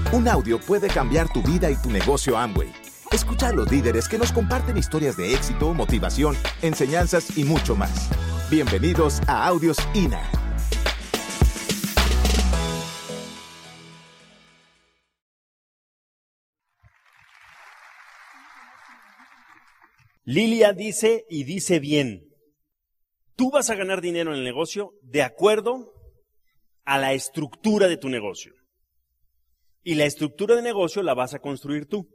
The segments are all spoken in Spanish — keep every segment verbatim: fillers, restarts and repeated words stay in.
Un audio puede cambiar tu vida y tu negocio Amway. Escucha a los líderes que nos comparten historias de éxito, motivación, enseñanzas y mucho más. Bienvenidos a Audios I N A. Lilia dice, y dice bien, tú vas a ganar dinero en el negocio de acuerdo a la estructura de tu negocio. Y la estructura de negocio la vas a construir tú.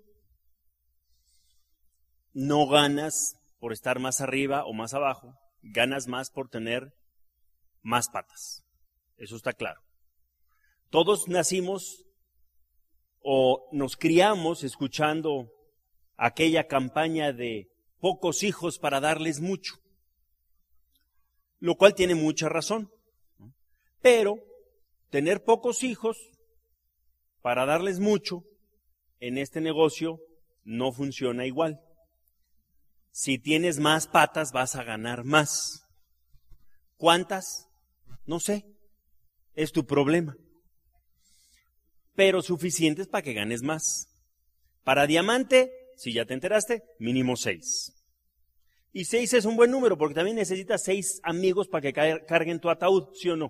No ganas por estar más arriba o más abajo, ganas más por tener más patas. Eso está claro. Todos nacimos o nos criamos escuchando aquella campaña de pocos hijos para darles mucho, lo cual tiene mucha razón. Pero tener pocos hijos para darles mucho en este negocio no funciona igual. Si tienes más patas vas a ganar más. ¿Cuántas? No sé, es tu problema. Pero suficientes para que ganes más. Para diamante, si ya te enteraste, mínimo seis. Y seis es un buen número porque también necesitas seis amigos para que carguen tu ataúd, ¿sí o no?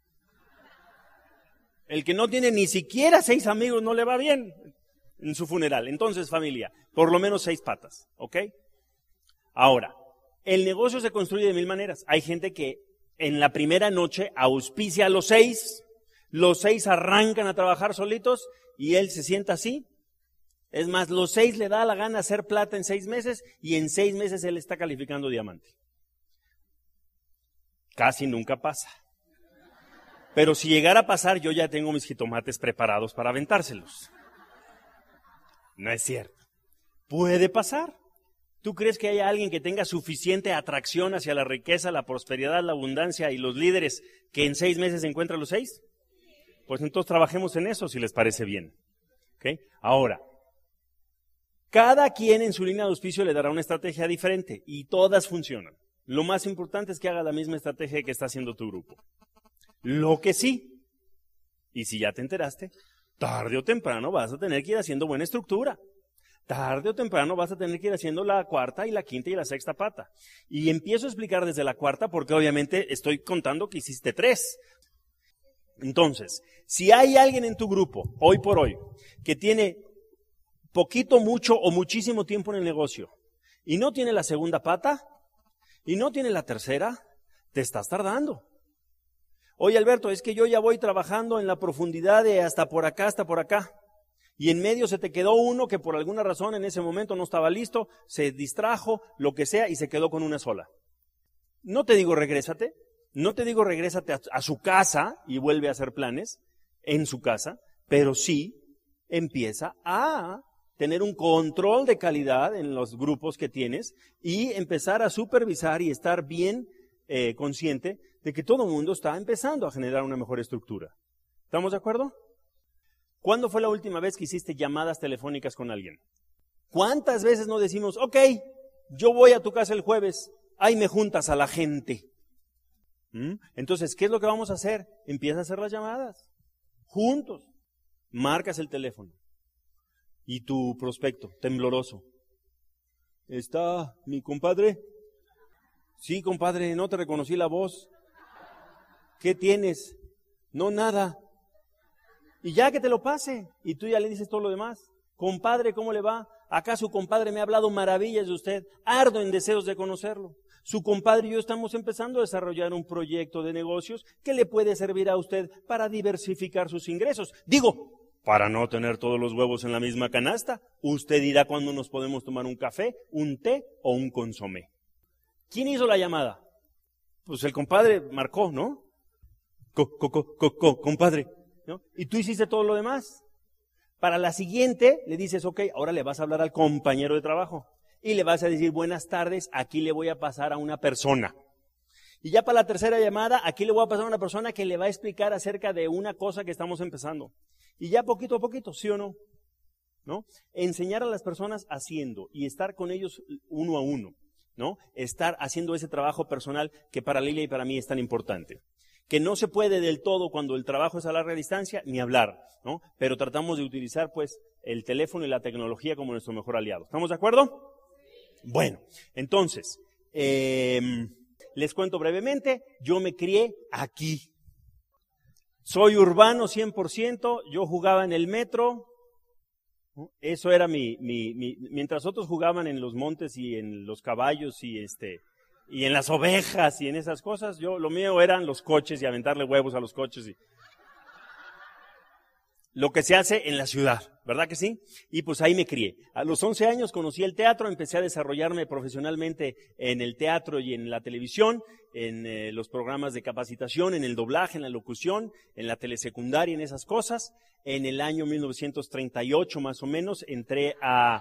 El que no tiene ni siquiera seis amigos no le va bien en su funeral. Entonces, familia, por lo menos seis patas, ¿ok? Ahora, el negocio se construye de mil maneras. Hay gente que en la primera noche auspicia a los seis, los seis arrancan a trabajar solitos y él se sienta así. Es más, los seis le da la gana hacer plata en seis meses y en seis meses él está calificando diamante. Casi nunca pasa. Pero si llegara a pasar, yo ya tengo mis jitomates preparados para aventárselos. No es cierto. Puede pasar. ¿Tú crees que haya alguien que tenga suficiente atracción hacia la riqueza, la prosperidad, la abundancia y los líderes que en seis meses encuentra los seis? Pues entonces trabajemos en eso si les parece bien. ¿Okay? Ahora, cada quien en su línea de auspicio le dará una estrategia diferente y todas funcionan. Lo más importante es que haga la misma estrategia que está haciendo tu grupo. Lo que sí, y si ya te enteraste, tarde o temprano vas a tener que ir haciendo buena estructura. Tarde o temprano vas a tener que ir haciendo la cuarta y la quinta y la sexta pata. Y empiezo a explicar desde la cuarta porque obviamente estoy contando que hiciste tres. Entonces, si hay alguien en tu grupo, hoy por hoy, que tiene poquito, mucho o muchísimo tiempo en el negocio y no tiene la segunda pata y no tiene la tercera, te estás tardando. Oye, Alberto, es que yo ya voy trabajando en la profundidad de hasta por acá, hasta por acá. Y en medio se te quedó uno que por alguna razón en ese momento no estaba listo, se distrajo, lo que sea, y se quedó con una sola. No te digo regrésate, no te digo regrésate a, a su casa y vuelve a hacer planes en su casa, pero sí empieza a tener un control de calidad en los grupos que tienes y empezar a supervisar y estar bien eh, consciente de que todo el mundo está empezando a generar una mejor estructura. ¿Estamos de acuerdo? ¿Cuándo fue la última vez que hiciste llamadas telefónicas con alguien? ¿Cuántas veces no decimos, ok, yo voy a tu casa el jueves, ahí me juntas a la gente? ¿Mm? Entonces, ¿qué es lo que vamos a hacer? Empieza a hacer las llamadas, juntos. Marcas el teléfono. Y tu prospecto, tembloroso. ¿Está mi compadre? Sí, compadre, no te reconocí la voz. ¿Qué tienes? No, nada. Y ya que te lo pase, y tú ya le dices todo lo demás. Compadre, ¿cómo le va? Acá su compadre me ha hablado maravillas de usted. Ardo en deseos de conocerlo. Su compadre y yo estamos empezando a desarrollar un proyecto de negocios que le puede servir a usted para diversificar sus ingresos. Digo, para no tener todos los huevos en la misma canasta. Usted dirá cuándo nos podemos tomar un café, un té o un consomé. ¿Quién hizo la llamada? Pues el compadre marcó, ¿no? Co, co, co, co, co, compadre. ¿No? Y tú hiciste todo lo demás. Para la siguiente le dices, ok, ahora le vas a hablar al compañero de trabajo y le vas a decir, buenas tardes, aquí le voy a pasar a una persona. Y ya para la tercera llamada, aquí le voy a pasar a una persona que le va a explicar acerca de una cosa que estamos empezando. Y ya poquito a poquito, ¿sí o no? ¿No? Enseñar a las personas haciendo y estar con ellos uno a uno, ¿no? Estar haciendo ese trabajo personal que para Lilia y para mí es tan importante. que no se puede del todo cuando el trabajo es a larga distancia, ni hablar, ¿no? Pero tratamos de utilizar, pues, el teléfono y la tecnología como nuestro mejor aliado. ¿Estamos de acuerdo? Bueno, entonces, eh, les cuento brevemente, yo me crié aquí. Soy urbano cien por ciento, yo jugaba en el metro, ¿no? Eso era mi, mi, mi, mientras otros jugaban en los montes y en los caballos y este, y en las ovejas y en esas cosas, yo, lo mío eran los coches y aventarle huevos a los coches y lo que se hace en la ciudad, ¿verdad que sí? Y pues ahí me crié. A los once años conocí el teatro, empecé a desarrollarme profesionalmente en el teatro y en la televisión, en eh, los programas de capacitación, en el doblaje, en la locución, en la telesecundaria, en esas cosas. En el año mil novecientos treinta y ocho más o menos entré a...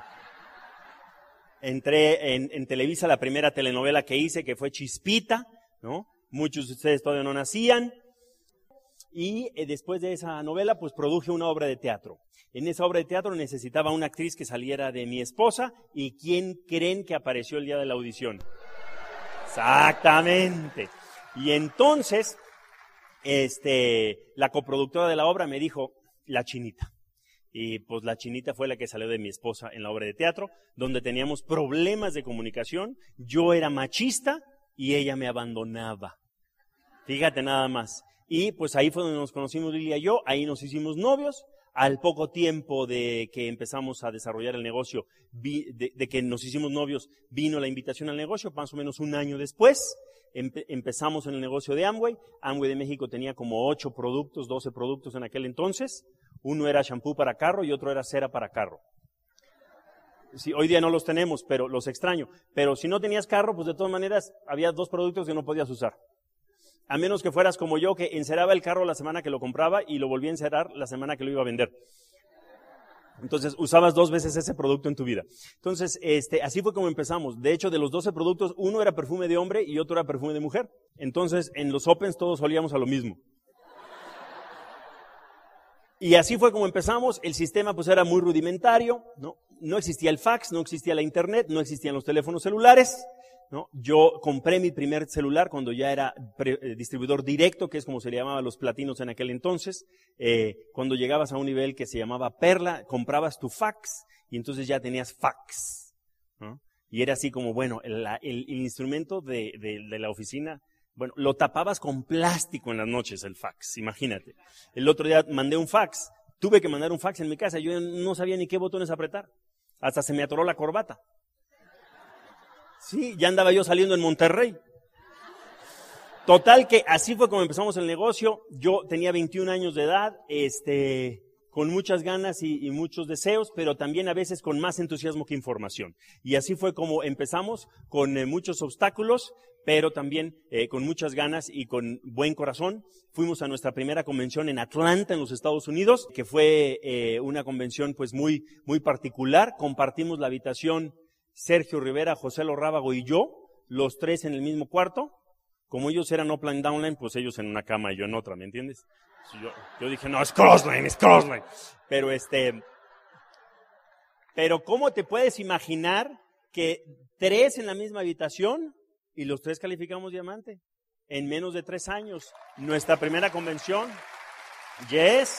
Entré en, en Televisa, la primera telenovela que hice, que fue Chispita, ¿no? Muchos de ustedes todavía no nacían. Y eh, después de esa novela, pues produje una obra de teatro. En esa obra de teatro necesitaba una actriz que saliera de mi esposa. ¿Y quién creen que apareció el día de la audición? Exactamente. Y entonces, este, la coproductora de la obra me dijo, la Chinita. Y pues la Chinita fue la que salió de mi esposa en la obra de teatro, donde teníamos problemas de comunicación. Yo era machista y ella me abandonaba. Fíjate nada más. Y pues ahí fue donde nos conocimos Lilia y yo, ahí nos hicimos novios. Al poco tiempo de que empezamos a desarrollar el negocio, vi, de, de que nos hicimos novios, vino la invitación al negocio, más o menos un año después. Empe, empezamos en el negocio de Amway. Amway de México tenía como ocho productos, doce productos en aquel entonces. Uno era shampoo para carro y otro era cera para carro. Sí, hoy día no los tenemos, pero los extraño. Pero si no tenías carro, pues de todas maneras había dos productos que no podías usar. A menos que fueras como yo, que enceraba el carro la semana que lo compraba y lo volvía a encerar la semana que lo iba a vender. Entonces, usabas dos veces ese producto en tu vida. Entonces, este, así fue como empezamos. De hecho, de los doce productos, uno era perfume de hombre y otro era perfume de mujer. Entonces, en los Opens todos olíamos a lo mismo. Y así fue como empezamos. El sistema pues era muy rudimentario, ¿no? No existía el fax, no existía la internet, no existían los teléfonos celulares. ¿No? Yo compré mi primer celular cuando ya era pre, eh, distribuidor directo, que es como se le llamaba a los platinos en aquel entonces. Eh, cuando llegabas a un nivel que se llamaba Perla, comprabas tu fax y entonces ya tenías fax, ¿no? Y era así como, bueno, el, el, el instrumento de, de, de la oficina, bueno, lo tapabas con plástico en las noches el fax, imagínate. El otro día mandé un fax, tuve que mandar un fax en mi casa, yo no sabía ni qué botones apretar, hasta se me atoró la corbata. Sí, ya andaba yo saliendo en Monterrey. Total que así fue como empezamos el negocio. Yo tenía veintiún años de edad, este, con muchas ganas y, y muchos deseos, pero también a veces con más entusiasmo que información. Y así fue como empezamos, con eh, muchos obstáculos, pero también eh, con muchas ganas y con buen corazón. Fuimos a nuestra primera convención en Atlanta, en los Estados Unidos, que fue eh, una convención pues muy, muy particular. Compartimos la habitación Sergio Rivera, José Lorrábago y yo, los tres en el mismo cuarto. Como ellos eran upline, downline, pues ellos en una cama y yo en otra, ¿me entiendes? Yo, yo dije, no, es crossline, es crossline. Pero este, pero ¿cómo te puedes imaginar que tres en la misma habitación y los tres calificamos diamante? En menos de tres años. Nuestra primera convención. Yes.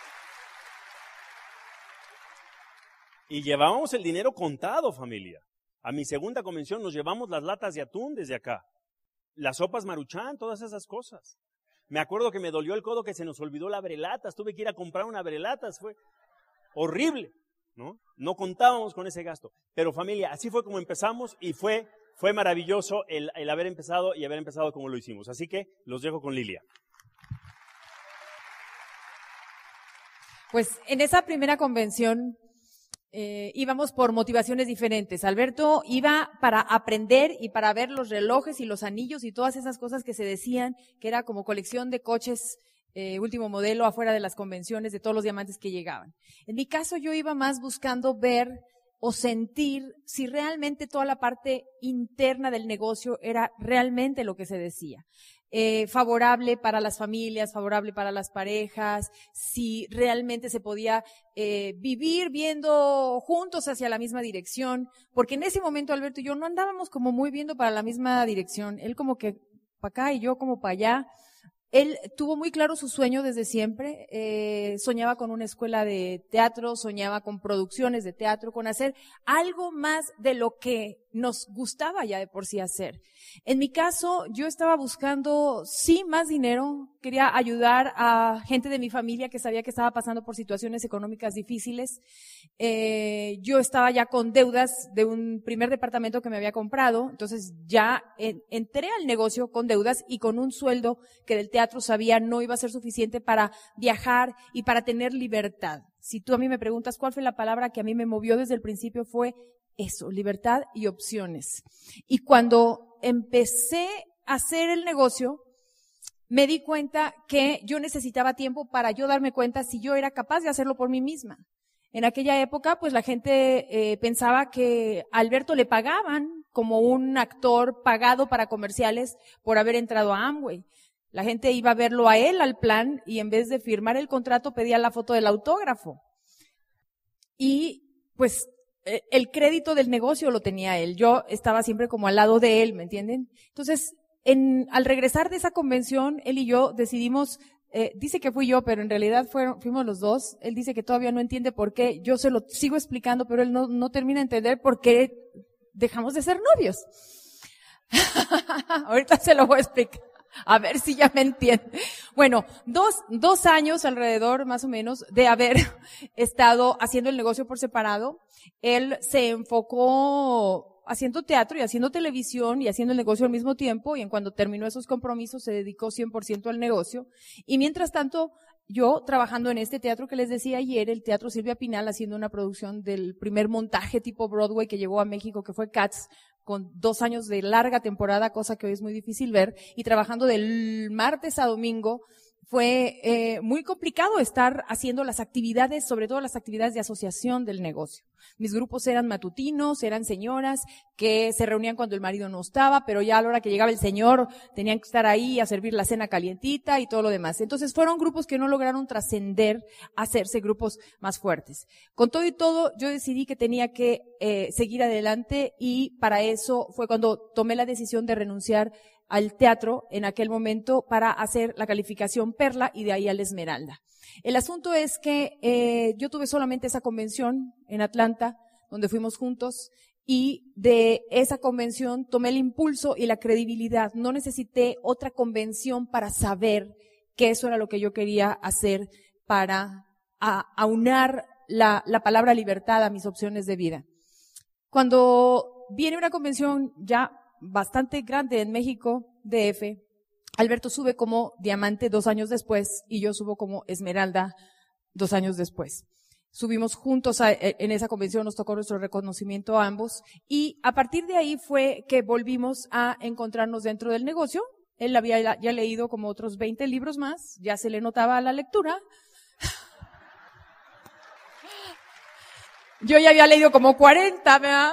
Y llevábamos el dinero contado, familia. A mi segunda convención nos llevamos las latas de atún desde acá. Las sopas Maruchan, todas esas cosas. Me acuerdo que me dolió el codo que se nos olvidó la abrelatas. Tuve que ir a comprar una abrelatas. Fue horrible, ¿no? No contábamos con ese gasto. Pero familia, así fue como empezamos y fue, fue maravilloso el, el haber empezado y haber empezado como lo hicimos. Así que los dejo con Lilia. Pues en esa primera convención Eh, íbamos por motivaciones diferentes. Alberto iba para aprender y para ver los relojes y los anillos y todas esas cosas que se decían, que era como colección de coches eh, último modelo afuera de las convenciones de todos los diamantes que llegaban. En mi caso yo iba más buscando ver o sentir si realmente toda la parte interna del negocio era realmente lo que se decía. Eh, favorable para las familias, favorable para las parejas, si realmente se podía eh, vivir viendo juntos hacia la misma dirección, porque en ese momento Alberto y yo no andábamos como muy viendo para la misma dirección, él como que para acá y yo como para allá, Él tuvo muy claro su sueño desde siempre, eh, soñaba con una escuela de teatro, soñaba con producciones de teatro, con hacer algo más de lo que nos gustaba ya de por sí hacer. En mi caso, yo estaba buscando, sí, más dinero, quería ayudar a gente de mi familia que sabía que estaba pasando por situaciones económicas difíciles. Eh, yo estaba ya con deudas de un primer departamento que me había comprado, entonces ya en, entré al negocio con deudas y con un sueldo que del teatro sabía no iba a ser suficiente para viajar y para tener libertad. Si tú a mí me preguntas cuál fue la palabra que a mí me movió desde el principio, fue eso, libertad y opciones. Y cuando empecé a hacer el negocio, me di cuenta que yo necesitaba tiempo para yo darme cuenta si yo era capaz de hacerlo por mí misma. En aquella época, pues la gente eh, pensaba que a Alberto le pagaban como un actor pagado para comerciales por haber entrado a Amway. La gente iba a verlo a él, al plan, y en vez de firmar el contrato pedía la foto del autógrafo. Y pues el crédito del negocio lo tenía él. Yo estaba siempre como al lado de él, ¿me entienden? Entonces, en, al regresar de esa convención, él y yo decidimos, eh, dice que fui yo, pero en realidad fueron, fuimos los dos. Él dice que todavía no entiende por qué. Yo se lo sigo explicando, pero él no, no termina de entender por qué dejamos de ser novios. Ahorita se lo voy a explicar. A ver si ya me entiende. Bueno, dos, dos años alrededor, más o menos, de haber estado haciendo el negocio por separado. Él se enfocó haciendo teatro y haciendo televisión y haciendo el negocio al mismo tiempo, y en cuando terminó esos compromisos se dedicó cien por ciento al negocio. Y mientras tanto, yo trabajando en este teatro que les decía ayer, el Teatro Silvia Pinal, haciendo una producción del primer montaje tipo Broadway que llegó a México, que fue Cats, con dos años de larga temporada, cosa que hoy es muy difícil ver, y trabajando del martes a domingo. Fue eh, muy complicado estar haciendo las actividades, sobre todo las actividades de asociación del negocio. Mis grupos eran matutinos, eran señoras que se reunían cuando el marido no estaba, pero ya a la hora que llegaba el señor tenían que estar ahí a servir la cena calientita y todo lo demás. Entonces fueron grupos que no lograron trascender a hacerse grupos más fuertes. Con todo y todo, yo decidí que tenía que eh, seguir adelante, y para eso fue cuando tomé la decisión de renunciar al teatro en aquel momento para hacer la calificación Perla y de ahí al Esmeralda. El asunto es que eh, yo tuve solamente esa convención en Atlanta, donde fuimos juntos, y de esa convención tomé el impulso y la credibilidad. No necesité otra convención para saber que eso era lo que yo quería hacer para a, aunar la, la palabra libertad a mis opciones de vida. Cuando viene una convención ya bastante grande en México, D F, Alberto sube como diamante dos años después y yo subo como esmeralda dos años después. Subimos juntos a, en esa convención, nos tocó nuestro reconocimiento a ambos, y a partir de ahí fue que volvimos a encontrarnos dentro del negocio. Él había ya leído como otros veinte libros más, ya se le notaba la lectura. Yo ya había leído como cuarenta, ¿verdad?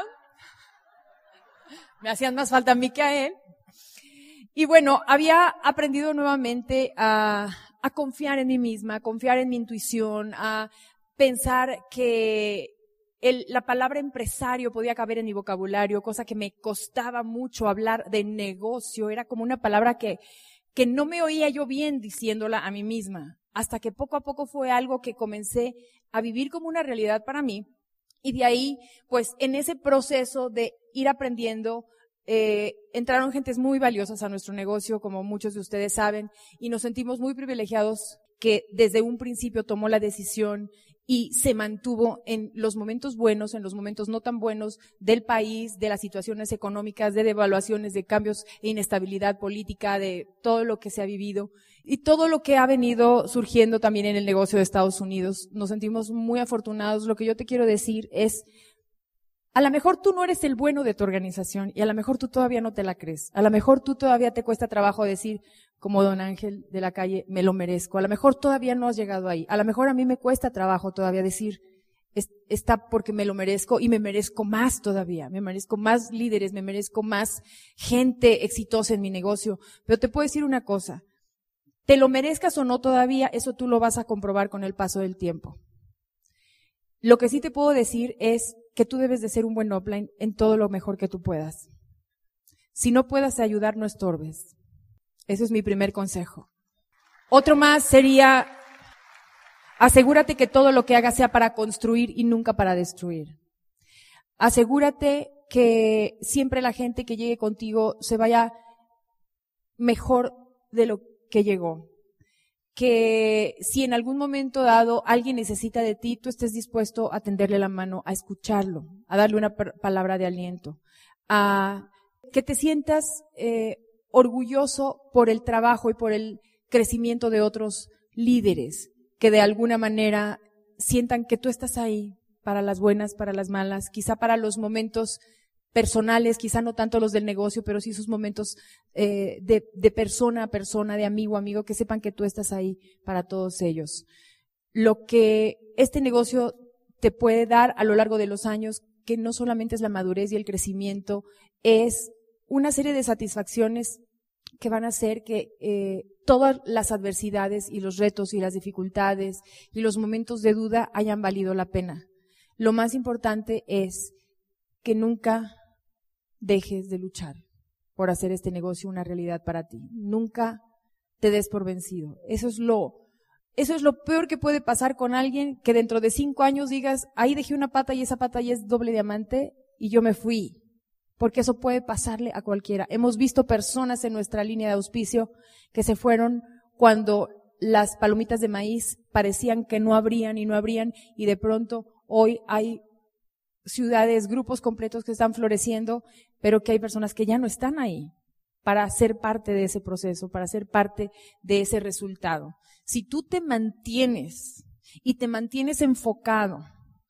Me hacían más falta a mí que a él. Y bueno, había aprendido nuevamente a, a confiar en mí misma, a confiar en mi intuición, a pensar que el, la palabra empresario podía caber en mi vocabulario, cosa que me costaba mucho hablar de negocio. Era como una palabra que, que no me oía yo bien diciéndola a mí misma, hasta que poco a poco fue algo que comencé a vivir como una realidad para mí. Y de ahí, pues, en ese proceso de ir aprendiendo, eh, entraron gentes muy valiosas a nuestro negocio, como muchos de ustedes saben, y nos sentimos muy privilegiados que desde un principio tomó la decisión y se mantuvo en los momentos buenos, en los momentos no tan buenos del país, de las situaciones económicas, de devaluaciones, de cambios e inestabilidad política, de todo lo que se ha vivido y todo lo que ha venido surgiendo también en el negocio de Estados Unidos. Nos sentimos muy afortunados. Lo que yo te quiero decir es, a lo mejor tú no eres el bueno de tu organización y a lo mejor tú todavía no te la crees. A lo mejor tú todavía te cuesta trabajo decir, como don Ángel de la calle, me lo merezco. A lo mejor todavía no has llegado ahí. A lo mejor a mí me cuesta trabajo todavía decir, está porque me lo merezco y me merezco más todavía. Me merezco más líderes, me merezco más gente exitosa en mi negocio. Pero te puedo decir una cosa, te lo merezcas o no todavía, eso tú lo vas a comprobar con el paso del tiempo. Lo que sí te puedo decir es que tú debes de ser un buen upline en todo lo mejor que tú puedas. Si no puedas ayudar, no estorbes. Ese es mi primer consejo. Otro más sería, asegúrate que todo lo que hagas sea para construir y nunca para destruir. Asegúrate que siempre la gente que llegue contigo se vaya mejor de lo que llegó. Que si en algún momento dado alguien necesita de ti, tú estés dispuesto a tenderle la mano, a escucharlo, a darle una palabra de aliento, a que te sientas eh, orgulloso por el trabajo y por el crecimiento de otros líderes, que de alguna manera sientan que tú estás ahí para las buenas, para las malas, quizá para los momentos personales, quizá no tanto los del negocio, pero sí sus momentos eh, de, de persona a persona, de amigo a amigo, que sepan que tú estás ahí para todos ellos. Lo que este negocio te puede dar a lo largo de los años, que no solamente es la madurez y el crecimiento, es una serie de satisfacciones que van a hacer que eh, todas las adversidades y los retos y las dificultades y los momentos de duda hayan valido la pena. Lo más importante es que nunca dejes de luchar por hacer este negocio una realidad para ti. Nunca te des por vencido. Eso es lo, eso es lo peor que puede pasar con alguien, que dentro de cinco años digas, ahí dejé una pata y esa pata ya es doble diamante y yo me fui. Porque eso puede pasarle a cualquiera. Hemos visto personas en nuestra línea de auspicio que se fueron cuando las palomitas de maíz parecían que no abrían y no abrían, y de pronto hoy hay ciudades, grupos completos que están floreciendo, pero que hay personas que ya no están ahí para ser parte de ese proceso, para ser parte de ese resultado. Si tú te mantienes y te mantienes enfocado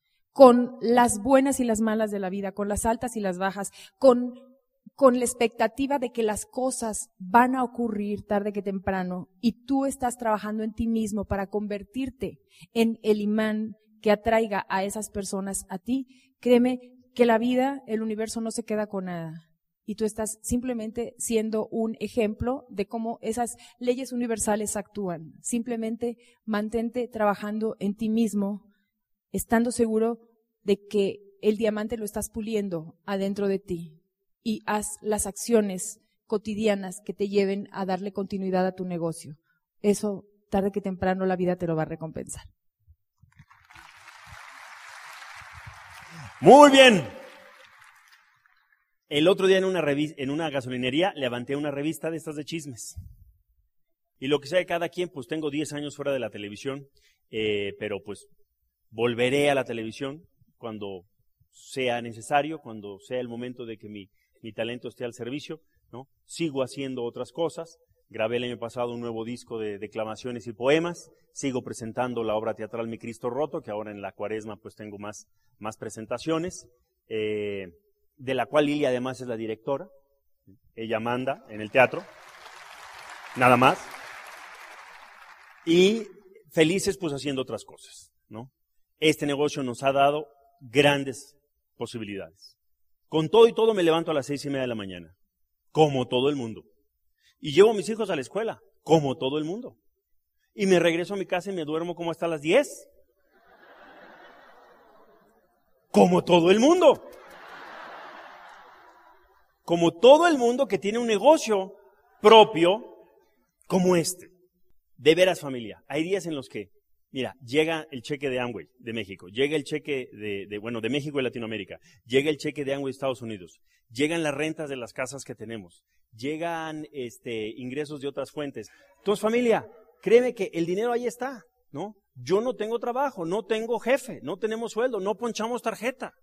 con las buenas y las malas de la vida, con las altas y las bajas, con, con la expectativa de que las cosas van a ocurrir tarde que temprano, y tú estás trabajando en ti mismo para convertirte en el imán que atraiga a esas personas a ti, créeme que la vida, el universo no se queda con nada. Y tú estás simplemente siendo un ejemplo de cómo esas leyes universales actúan. Simplemente mantente trabajando en ti mismo, estando seguro de que el diamante lo estás puliendo adentro de ti, y haz las acciones cotidianas que te lleven a darle continuidad a tu negocio. Eso, tarde que temprano, la vida te lo va a recompensar. Muy bien. El otro día en una revi- en una gasolinería levanté una revista de estas de chismes. Y lo que sea de cada quien, pues tengo diez años fuera de la televisión, eh, pero pues volveré a la televisión cuando sea necesario, cuando sea el momento de que mi, mi talento esté al servicio, ¿no? Sigo haciendo otras cosas. Grabé el año pasado un nuevo disco de declamaciones y poemas. Sigo presentando la obra teatral Mi Cristo Roto, que ahora en la Cuaresma pues tengo más, más presentaciones, eh, de la cual Lili además es la directora. Ella manda en el teatro, nada más. Y felices pues haciendo otras cosas, ¿no? Este negocio nos ha dado grandes posibilidades. Con todo y todo me levanto a las seis y media de la mañana, como todo el mundo. Y llevo a mis hijos a la escuela, como todo el mundo. Y me regreso a mi casa y me duermo como hasta las diez. Como todo el mundo. Como todo el mundo que tiene un negocio propio como este. De veras, familia, hay días en los que, mira, llega el cheque de Amway de México, llega el cheque de, de, bueno, de México y Latinoamérica, llega el cheque de Amway de Estados Unidos, llegan las rentas de las casas que tenemos, llegan este, ingresos de otras fuentes. Entonces, familia, créeme que el dinero ahí está, ¿no? Yo no tengo trabajo, no tengo jefe, no tenemos sueldo, no ponchamos tarjeta.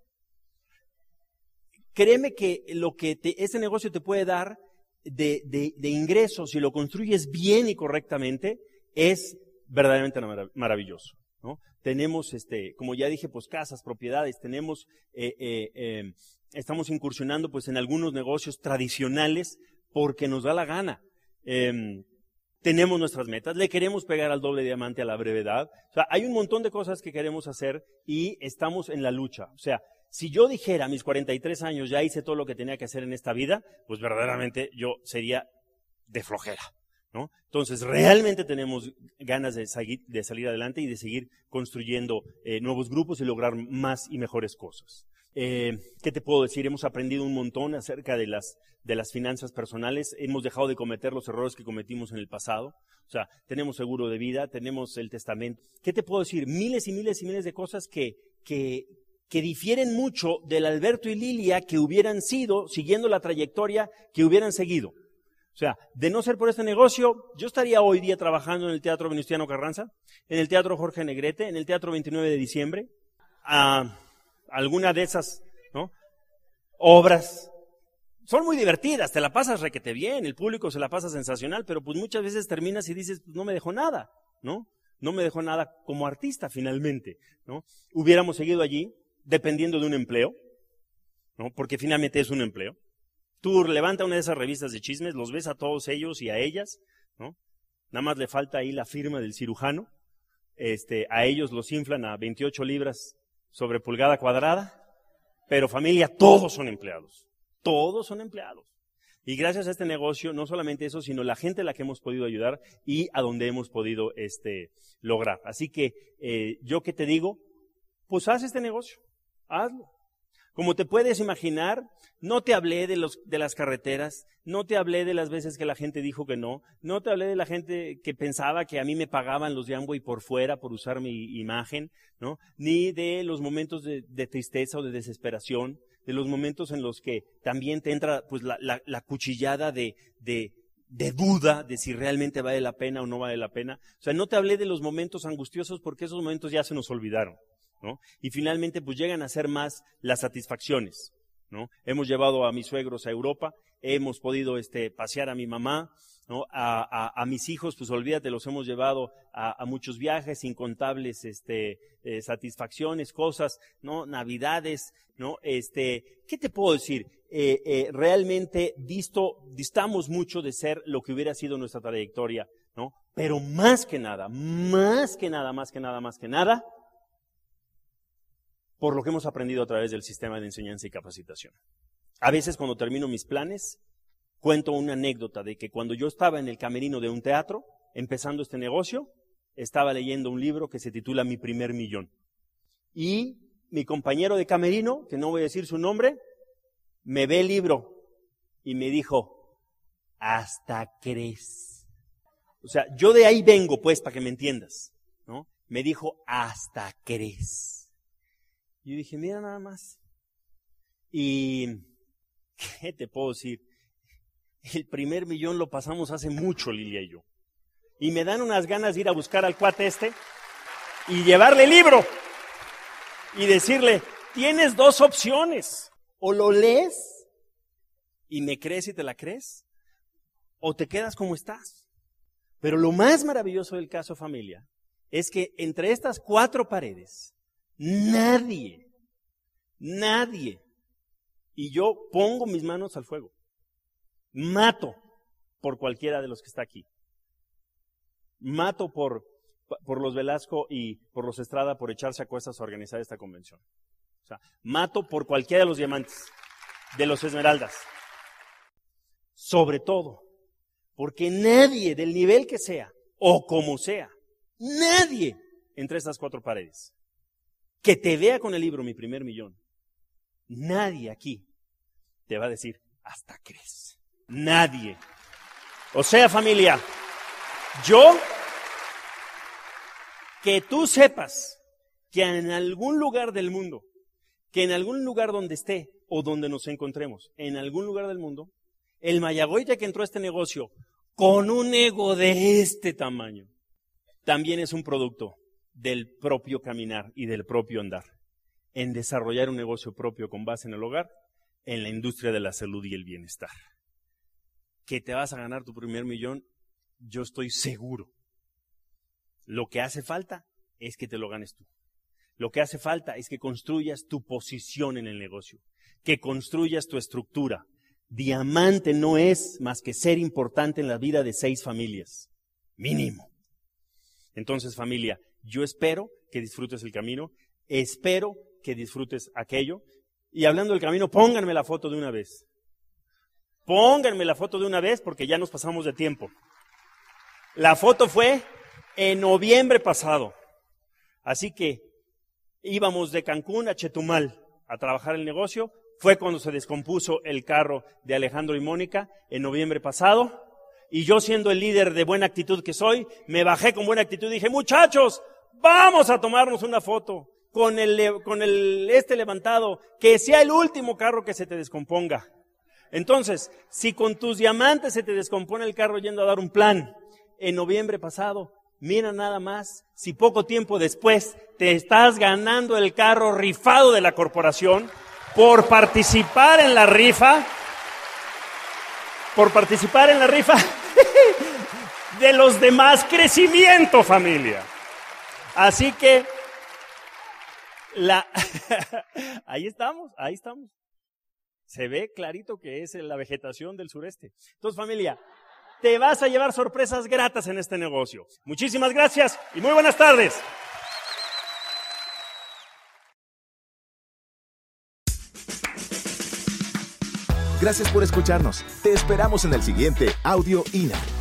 Créeme que lo que te, este negocio te puede dar de, de, de ingresos, si lo construyes bien y correctamente, es verdaderamente maravilloso, ¿no? Tenemos, este, como ya dije, pues casas, propiedades, tenemos, eh, eh, eh, estamos incursionando pues en algunos negocios tradicionales porque nos da la gana. Eh, tenemos nuestras metas, le queremos pegar al doble diamante a la brevedad. O sea, hay un montón de cosas que queremos hacer y estamos en la lucha. O sea, si yo dijera a mis cuarenta y tres años ya hice todo lo que tenía que hacer en esta vida, pues verdaderamente yo sería de flojera, ¿no? Entonces, realmente tenemos ganas de, seguir, de salir adelante y de seguir construyendo eh, nuevos grupos y lograr más y mejores cosas. Eh, ¿Qué te puedo decir? Hemos aprendido un montón acerca de las, de las finanzas personales. Hemos dejado de cometer los errores que cometimos en el pasado. O sea, tenemos seguro de vida, tenemos el testamento. ¿Qué te puedo decir? Miles y miles y miles de cosas que, que, que difieren mucho del Alberto y Lilia que hubieran sido, siguiendo la trayectoria que hubieran seguido. O sea, de no ser por este negocio, yo estaría hoy día trabajando en el Teatro Venustiano Carranza, en el Teatro Jorge Negrete, en el Teatro veintinueve de diciembre, a alguna de esas, ¿no?, obras. Son muy divertidas, te la pasas requete bien, el público se la pasa sensacional, pero pues muchas veces terminas y dices, pues no me dejó nada, ¿no? No me dejó nada como artista finalmente, ¿no? Hubiéramos seguido allí dependiendo de un empleo, ¿no? Porque finalmente es un empleo. Tú levanta una de esas revistas de chismes, los ves a todos ellos y a ellas, ¿no? Nada más le falta ahí la firma del cirujano. Este, a ellos los inflan a veintiocho libras sobre pulgada cuadrada, pero familia, todos son empleados, todos son empleados. Y gracias a este negocio, no solamente eso, sino la gente a la que hemos podido ayudar y a donde hemos podido este, lograr. Así que eh, yo que te digo, pues haz este negocio, hazlo. Como te puedes imaginar, no te hablé de, los, de las carreteras, no te hablé de las veces que la gente dijo que no, no te hablé de la gente que pensaba que a mí me pagaban los de Amway por fuera por usar mi imagen, ¿no? Ni de los momentos de, de tristeza o de desesperación, de los momentos en los que también te entra pues la, la, la cuchillada de, de, de duda de si realmente vale la pena o no vale la pena. O sea, no te hablé de los momentos angustiosos porque esos momentos ya se nos olvidaron, ¿no? Y finalmente pues llegan a ser más las satisfacciones, ¿no? Hemos llevado a mis suegros a Europa, hemos podido este, pasear a mi mamá, ¿no? A, a, a mis hijos, pues olvídate, los hemos llevado a, a muchos viajes, incontables este, eh, satisfacciones, cosas, ¿no? Navidades, ¿no? Este, ¿qué te puedo decir? Eh, eh, realmente disto, distamos mucho de ser lo que hubiera sido nuestra trayectoria, ¿no? Pero más que nada, más que nada, más que nada, más que nada, por lo que hemos aprendido a través del sistema de enseñanza y capacitación. A veces cuando termino mis planes, cuento una anécdota de que cuando yo estaba en el camerino de un teatro, empezando este negocio, estaba leyendo un libro que se titula Mi primer millón. Y mi compañero de camerino, que no voy a decir su nombre, me ve el libro y me dijo, ¿hasta crees? O sea, yo de ahí vengo, pues, para que me entiendas, ¿no? Me dijo, ¿hasta crees? Y yo dije, mira nada más. Y, ¿qué te puedo decir? El primer millón lo pasamos hace mucho, Lilia y yo. Y me dan unas ganas de ir a buscar al cuate este y llevarle el libro y decirle, tienes dos opciones. O lo lees y me crees y te la crees, o te quedas como estás. Pero lo más maravilloso del caso, familia, es que entre estas cuatro paredes, nadie, nadie, y yo pongo mis manos al fuego, mato por cualquiera de los que está aquí. Mato por, por los Velasco y por los Estrada por echarse a cuestas a organizar esta convención. O sea, mato por cualquiera de los diamantes, de los Esmeraldas. Sobre todo, porque nadie del nivel que sea, o como sea, nadie entre estas cuatro paredes, que te vea con el libro Mi primer millón, nadie aquí te va a decir, hasta crees. Nadie. O sea, familia, yo, que tú sepas que en algún lugar del mundo, que en algún lugar donde esté o donde nos encontremos, en algún lugar del mundo, el Mayagoite que entró a este negocio con un ego de este tamaño, también es un producto del propio caminar y del propio andar, en desarrollar un negocio propio con base en el hogar, en la industria de la salud y el bienestar. Que te vas a ganar tu primer millón, yo estoy seguro. Lo que hace falta es que te lo ganes tú. Lo que hace falta es que construyas tu posición en el negocio, que construyas tu estructura. Diamante no es más que ser importante en la vida de seis familias, mínimo. Entonces, familia, yo espero que disfrutes el camino, espero que disfrutes aquello. Y hablando del camino, pónganme la foto de una vez. Pónganme la foto de una vez porque ya nos pasamos de tiempo. La foto fue en noviembre pasado. Así que íbamos de Cancún a Chetumal a trabajar el negocio, fue cuando se descompuso el carro de Alejandro y Mónica en noviembre pasado. Y yo, siendo el líder de buena actitud que soy, me bajé con buena actitud y dije, muchachos, vamos a tomarnos una foto con el, con el este levantado, que sea el último carro que se te descomponga. Entonces, si con tus diamantes se te descompone el carro yendo a dar un plan en noviembre pasado, mira nada más, si poco tiempo después te estás ganando el carro rifado de la corporación por participar en la rifa, por participar en la rifa de los demás. Crecimiento, familia. Así que, la ahí estamos, ahí estamos. Se ve clarito que es la vegetación del sureste. Entonces, familia, te vas a llevar sorpresas gratas en este negocio. Muchísimas gracias y muy buenas tardes. Gracias por escucharnos. Te esperamos en el siguiente Audio I N A.